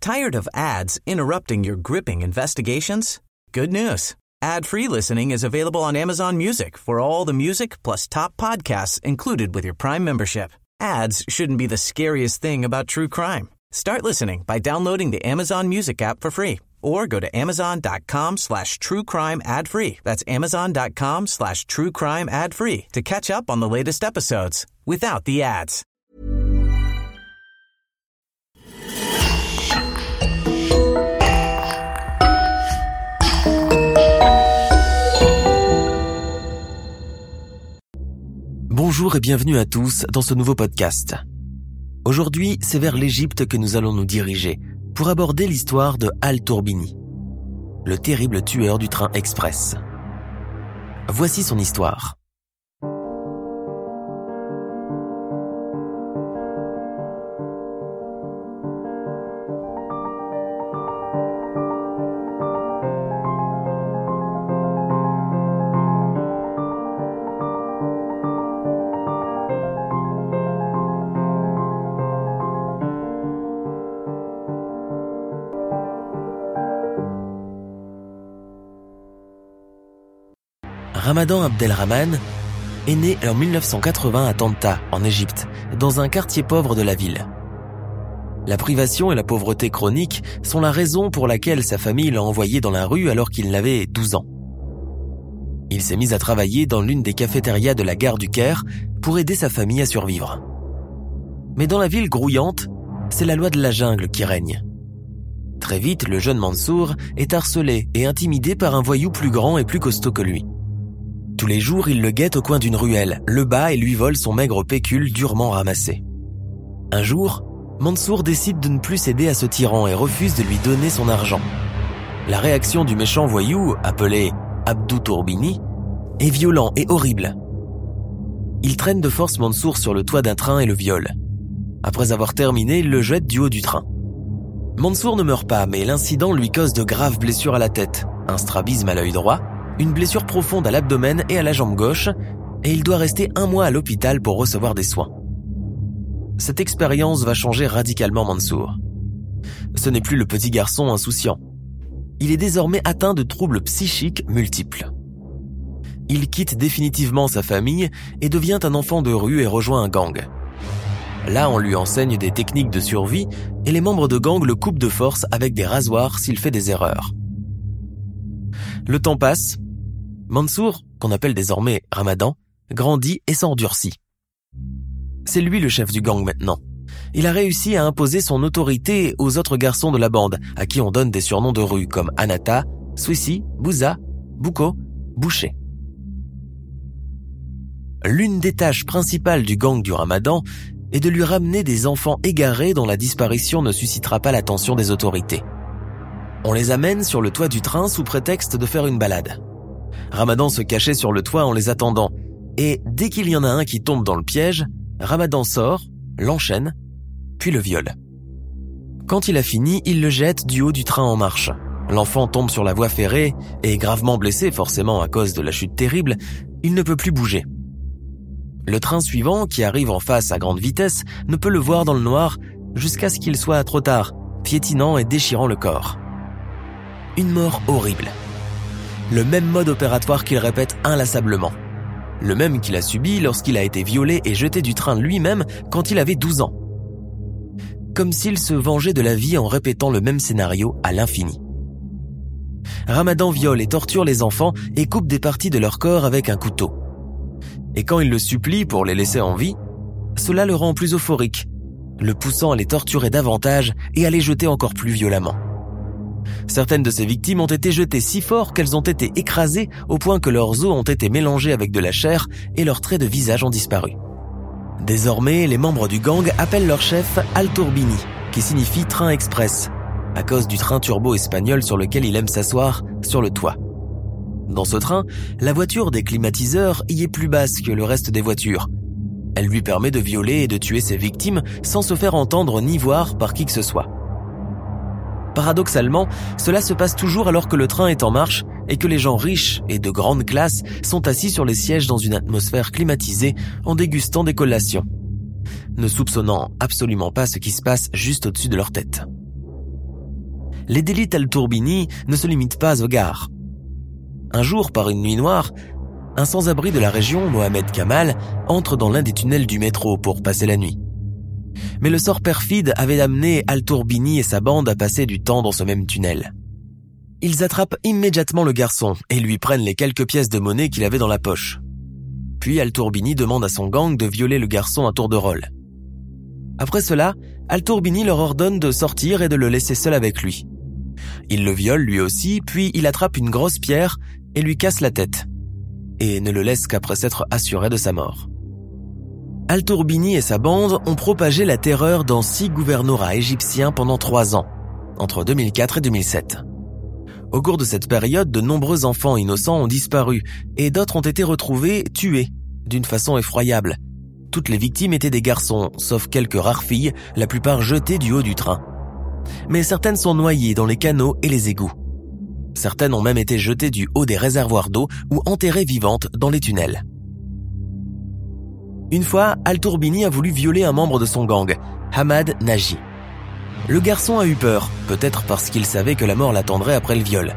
Tired of ads interrupting your gripping investigations? Good news. Ad-free listening is available on Amazon Music for all the music plus top podcasts included with your Prime membership. Ads shouldn't be the scariest thing about true crime. Start listening by downloading the Amazon Music app for free or go to amazon.com/truecrime ad-free. That's amazon.com/truecrime ad-free to catch up on the latest episodes without the ads. Bonjour et bienvenue à tous dans ce nouveau podcast. Aujourd'hui, c'est vers l'Égypte que nous allons nous diriger pour aborder l'histoire de Al-Tourbini, le terrible tueur du train express. Voici son histoire. Ramadan Abdelrahman est né en 1980 à Tanta, en Égypte, dans un quartier pauvre de la ville. La privation et la pauvreté chronique sont la raison pour laquelle sa famille l'a envoyé dans la rue alors qu'il n'avait 12 ans. Il s'est mis à travailler dans l'une des cafétérias de la gare du Caire pour aider sa famille à survivre. Mais dans la ville grouillante, c'est la loi de la jungle qui règne. Très vite, le jeune Mansour est harcelé et intimidé par un voyou plus grand et plus costaud que lui. Tous les jours, il le guette au coin d'une ruelle, le bat et lui vole son maigre pécule durement ramassé. Un jour, Mansour décide de ne plus céder à ce tyran et refuse de lui donner son argent. La réaction du méchant voyou, appelé Abdou Tourbini, est violent et horrible. Il traîne de force Mansour sur le toit d'un train et le viole. Après avoir terminé, il le jette du haut du train. Mansour ne meurt pas, mais l'incident lui cause de graves blessures à la tête, un strabisme à l'œil droit, une blessure profonde à l'abdomen et à la jambe gauche, et il doit rester 1 mois à l'hôpital pour recevoir des soins. Cette expérience va changer radicalement Mansour. Ce n'est plus le petit garçon insouciant. Il est désormais atteint de troubles psychiques multiples. Il quitte définitivement sa famille et devient un enfant de rue et rejoint un gang. Là, on lui enseigne des techniques de survie et les membres de gang le coupent de force avec des rasoirs s'il fait des erreurs. Le temps passe. Mansour, qu'on appelle désormais Ramadan, grandit et s'endurcit. C'est lui le chef du gang maintenant. Il a réussi à imposer son autorité aux autres garçons de la bande, à qui on donne des surnoms de rue comme Anata, Swissi, Bouza, Bouko, Boucher. L'une des tâches principales du gang du Ramadan est de lui ramener des enfants égarés dont la disparition ne suscitera pas l'attention des autorités. On les amène sur le toit du train sous prétexte de faire une balade. Ramadan se cachait sur le toit en les attendant, et dès qu'il y en a un qui tombe dans le piège, Ramadan sort, l'enchaîne, puis le viole. Quand il a fini, il le jette du haut du train en marche. L'enfant tombe sur la voie ferrée, et gravement blessé forcément à cause de la chute terrible, il ne peut plus bouger. Le train suivant, qui arrive en face à grande vitesse, ne peut le voir dans le noir jusqu'à ce qu'il soit trop tard, piétinant et déchirant le corps. Une mort horrible. Le même mode opératoire qu'il répète inlassablement. Le même qu'il a subi lorsqu'il a été violé et jeté du train lui-même quand il avait 12 ans. Comme s'il se vengeait de la vie en répétant le même scénario à l'infini. Ramadan viole et torture les enfants et coupe des parties de leur corps avec un couteau. Et quand il le supplie pour les laisser en vie, cela le rend plus euphorique, le poussant à les torturer davantage et à les jeter encore plus violemment. Certaines de ces victimes ont été jetées si fort qu'elles ont été écrasées au point que leurs os ont été mélangés avec de la chair et leurs traits de visage ont disparu. Désormais, les membres du gang appellent leur chef Al-Tourbini, qui signifie train express, à cause du train turbo espagnol sur lequel il aime s'asseoir sur le toit. Dans ce train, la voiture des climatiseurs y est plus basse que le reste des voitures. Elle lui permet de violer et de tuer ses victimes sans se faire entendre ni voir par qui que ce soit. Paradoxalement, cela se passe toujours alors que le train est en marche et que les gens riches et de grande classe sont assis sur les sièges dans une atmosphère climatisée en dégustant des collations, ne soupçonnant absolument pas ce qui se passe juste au-dessus de leur tête. les délits Al-Tourbini ne se limitent pas aux gares. Un jour, par une nuit noire, un sans-abri de la région, Mohamed Kamal, entre dans l'un des tunnels du métro pour passer la nuit. Mais le sort perfide avait amené Al-Tourbini et sa bande à passer du temps dans ce même tunnel. Ils attrapent immédiatement le garçon et lui prennent les quelques pièces de monnaie qu'il avait dans la poche. Puis Al-Tourbini demande à son gang de violer le garçon à tour de rôle. Après cela, Al-Tourbini leur ordonne de sortir et de le laisser seul avec lui. Il le viole lui aussi, puis il attrape une grosse pierre et lui casse la tête, et ne le laisse qu'après s'être assuré de sa mort. Al-Tourbini et sa bande ont propagé la terreur dans 6 gouvernorats égyptiens pendant 3 ans, entre 2004 et 2007. Au cours de cette période, de nombreux enfants innocents ont disparu et d'autres ont été retrouvés tués d'une façon effroyable. Toutes les victimes étaient des garçons, sauf quelques rares filles, la plupart jetées du haut du train. Mais certaines sont noyées dans les canaux et les égouts. Certaines ont même été jetées du haut des réservoirs d'eau ou enterrées vivantes dans les tunnels. Une fois, Al-Tourbini a voulu violer un membre de son gang, Hamad Naji. Le garçon a eu peur, peut-être parce qu'il savait que la mort l'attendrait après le viol.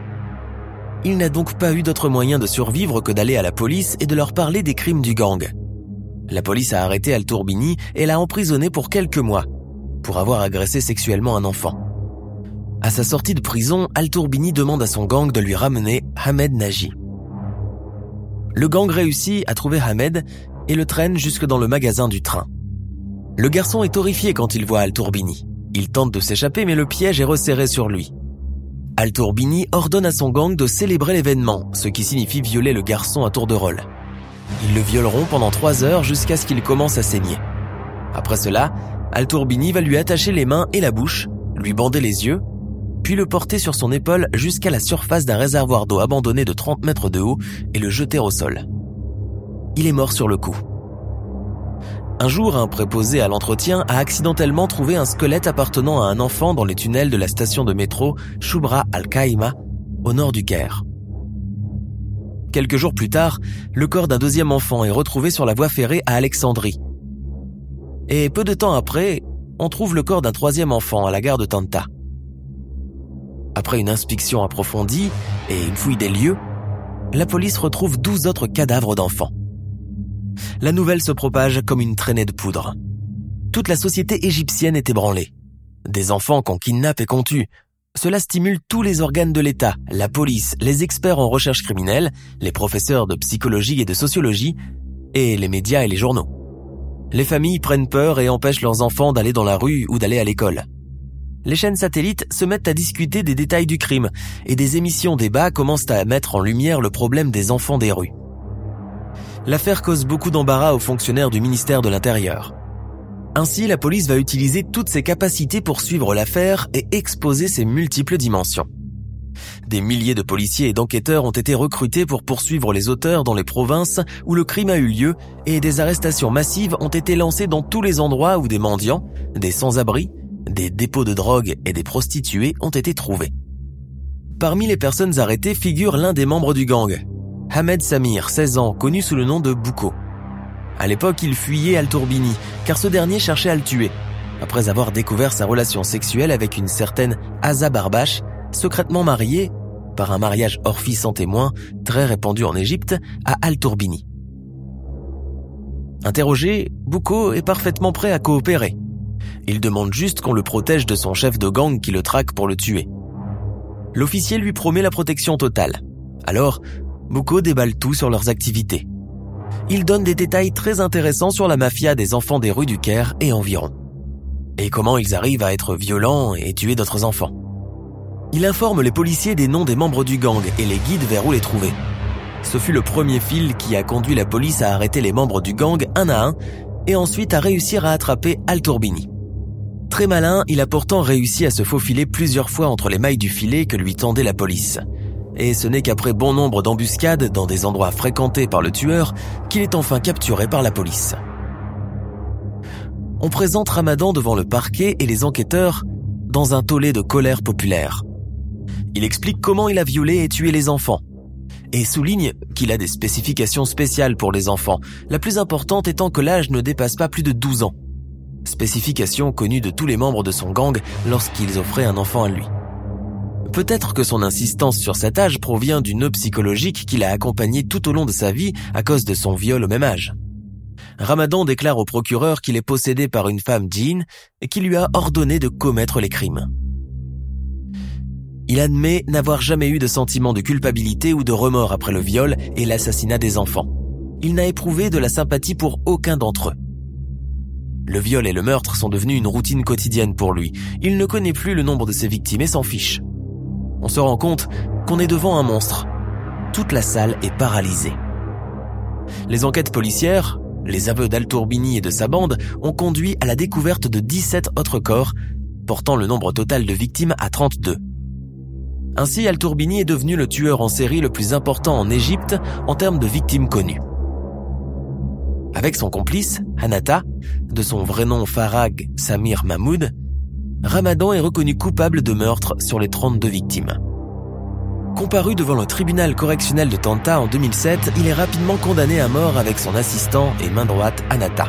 Il n'a donc pas eu d'autre moyen de survivre que d'aller à la police et de leur parler des crimes du gang. La police a arrêté Al-Tourbini et l'a emprisonné pour quelques mois, pour avoir agressé sexuellement un enfant. À sa sortie de prison, Al-Tourbini demande à son gang de lui ramener Hamed Naji. Le gang réussit à trouver Hamed et le traîne jusque dans le magasin du train. Le garçon est horrifié quand il voit Al-Tourbini. Il tente de s'échapper mais le piège est resserré sur lui. Al-Tourbini ordonne à son gang de célébrer l'événement, ce qui signifie violer le garçon à tour de rôle. Ils le violeront pendant 3 heures jusqu'à ce qu'il commence à saigner. Après cela, Al-Tourbini va lui attacher les mains et la bouche, lui bander les yeux, puis le porter sur son épaule jusqu'à la surface d'un réservoir d'eau abandonné de 30 mètres de haut et le jeter au sol. Il est mort sur le coup. Un jour, un préposé à l'entretien a accidentellement trouvé un squelette appartenant à un enfant dans les tunnels de la station de métro Choubra Al-Kaïma, au nord du Caire. Quelques jours plus tard, le corps d'un 2e enfant est retrouvé sur la voie ferrée à Alexandrie. Et peu de temps après, on trouve le corps d'un 3e enfant à la gare de Tanta. Après une inspection approfondie et une fouille des lieux, la police retrouve 12 autres cadavres d'enfants. La nouvelle se propage comme une traînée de poudre. Toute la société égyptienne est ébranlée. Des enfants qu'on kidnappe et qu'on tue. Cela stimule tous les organes de l'État, la police, les experts en recherche criminelle, les professeurs de psychologie et de sociologie, et les médias et les journaux. Les familles prennent peur et empêchent leurs enfants d'aller dans la rue ou d'aller à l'école. Les chaînes satellites se mettent à discuter des détails du crime, et des émissions débats commencent à mettre en lumière le problème des enfants des rues. L'affaire cause beaucoup d'embarras aux fonctionnaires du ministère de l'Intérieur. Ainsi, la police va utiliser toutes ses capacités pour suivre l'affaire et exposer ses multiples dimensions. Des milliers de policiers et d'enquêteurs ont été recrutés pour poursuivre les auteurs dans les provinces où le crime a eu lieu et des arrestations massives ont été lancées dans tous les endroits où des mendiants, des sans-abri, des dépôts de drogue et des prostituées ont été trouvés. Parmi les personnes arrêtées figure l'un des membres du gang, Hamed Samir, 16 ans, connu sous le nom de Bouko. À l'époque, il fuyait Al-Tourbini, car ce dernier cherchait à le tuer, après avoir découvert sa relation sexuelle avec une certaine Asa Barbache, secrètement mariée, par un mariage hors fille sans témoin, très répandu en Égypte, à Al-Tourbini. Interrogé, Bouko est parfaitement prêt à coopérer. Il demande juste qu'on le protège de son chef de gang qui le traque pour le tuer. L'officier lui promet la protection totale. Alors, Bouko déballe tout sur leurs activités. Il donne des détails très intéressants sur la mafia des enfants des rues du Caire et environ. Et comment ils arrivent à être violents et tuer d'autres enfants. Il informe les policiers des noms des membres du gang et les guide vers où les trouver. Ce fut le premier fil qui a conduit la police à arrêter les membres du gang un à un et ensuite à réussir à attraper Al-Tourbini. Très malin, il a pourtant réussi à se faufiler plusieurs fois entre les mailles du filet que lui tendait la police. Et ce n'est qu'après bon nombre d'embuscades dans des endroits fréquentés par le tueur qu'il est enfin capturé par la police. On présente Ramadan devant le parquet et les enquêteurs dans un tollé de colère populaire. Il explique comment il a violé et tué les enfants et souligne qu'il a des spécifications spéciales pour les enfants, la plus importante étant que l'âge ne dépasse pas plus de 12 ans. Spécification connue de tous les membres de son gang lorsqu'ils offraient un enfant à lui. Peut-être que son insistance sur cet âge provient du nœud psychologique qui l'a accompagné tout au long de sa vie à cause de son viol au même âge. Ramadan déclare au procureur qu'il est possédé par une femme Jean et qui lui a ordonné de commettre les crimes. Il admet n'avoir jamais eu de sentiment de culpabilité ou de remords après le viol et l'assassinat des enfants. Il n'a éprouvé de la sympathie pour aucun d'entre eux. Le viol et le meurtre sont devenus une routine quotidienne pour lui. Il ne connaît plus le nombre de ses victimes et s'en fiche. On se rend compte qu'on est devant un monstre. Toute la salle est paralysée. Les enquêtes policières, les aveux d'Al-Tourbini et de sa bande ont conduit à la découverte de 17 autres corps, portant le nombre total de victimes à 32. Ainsi, Al-Tourbini est devenu le tueur en série le plus important en Égypte en termes de victimes connues. Avec son complice, Hanata, de son vrai nom Farag Samir Mahmoud, Ramadan est reconnu coupable de meurtre sur les 32 victimes. Comparu devant le tribunal correctionnel de Tanta en 2007, il est rapidement condamné à mort avec son assistant et main droite Hanata.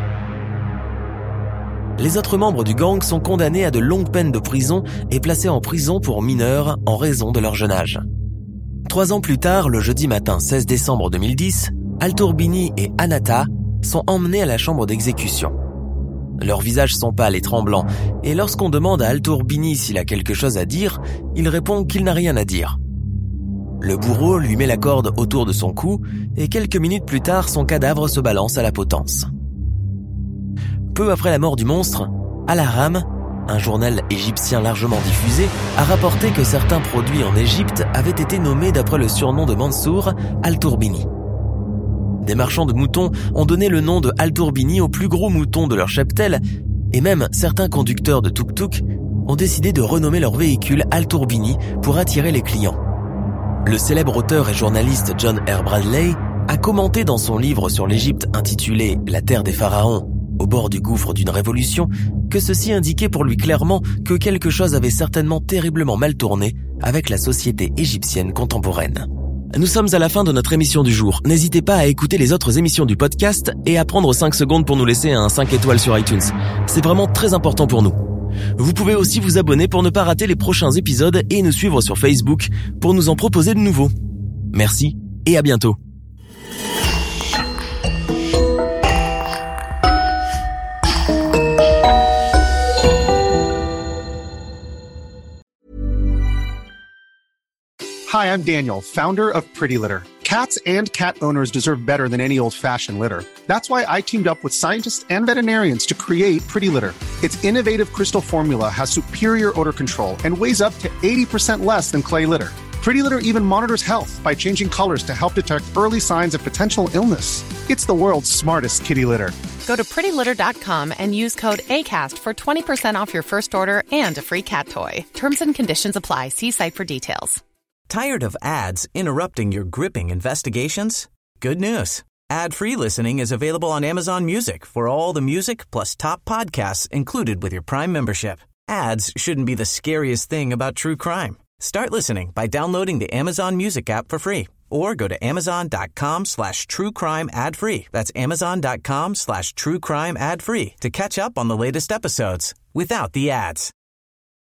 Les autres membres du gang sont condamnés à de longues peines de prison et placés en prison pour mineurs en raison de leur jeune âge. 3 ans plus tard, le jeudi matin 16 décembre 2010, Al-Tourbini et Hanata sont emmenés à la chambre d'exécution. Leurs visages sont pâles et tremblants, et lorsqu'on demande à Al-Tourbini s'il a quelque chose à dire, il répond qu'il n'a rien à dire. Le bourreau lui met la corde autour de son cou, et quelques minutes plus tard, son cadavre se balance à la potence. Peu après la mort du monstre, Al-Ahram, un journal égyptien largement diffusé, a rapporté que certains produits en Égypte avaient été nommés d'après le surnom de Mansour, Al-Tourbini. Des marchands de moutons ont donné le nom de Al-Tourbini aux plus gros moutons de leur cheptel, et même certains conducteurs de tuk-tuk ont décidé de renommer leur véhicule Al-Tourbini pour attirer les clients. Le célèbre auteur et journaliste John R. Bradley a commenté dans son livre sur l'Égypte intitulé « La terre des pharaons, au bord du gouffre d'une révolution » que ceci indiquait pour lui clairement que quelque chose avait certainement terriblement mal tourné avec la société égyptienne contemporaine. Nous sommes à la fin de notre émission du jour. N'hésitez pas à écouter les autres émissions du podcast et à prendre 5 secondes pour nous laisser un 5 étoiles sur iTunes. C'est vraiment très important pour nous. Vous pouvez aussi vous abonner pour ne pas rater les prochains épisodes et nous suivre sur Facebook pour nous en proposer de nouveaux. Merci et à bientôt. Hi, I'm Daniel, founder of Pretty Litter. Cats and cat owners deserve better than any old-fashioned litter. That's why I teamed up with scientists and veterinarians to create Pretty Litter. Its innovative crystal formula has superior odor control and weighs up to 80% less than clay litter. Pretty Litter even monitors health by changing colors to help detect early signs of potential illness. It's the world's smartest kitty litter. Go to prettylitter.com and use code ACAST for 20% off your first order and a free cat toy. Terms and conditions apply. See site for details. Tired of ads interrupting your gripping investigations? Good news. Ad-free listening is available on Amazon Music for all the music plus top podcasts included with your Prime membership. Ads shouldn't be the scariest thing about true crime. Start listening by downloading the Amazon Music app for free or go to amazon.com/truecrime ad-free. That's amazon.com/truecrime ad-free to catch up on the latest episodes without the ads.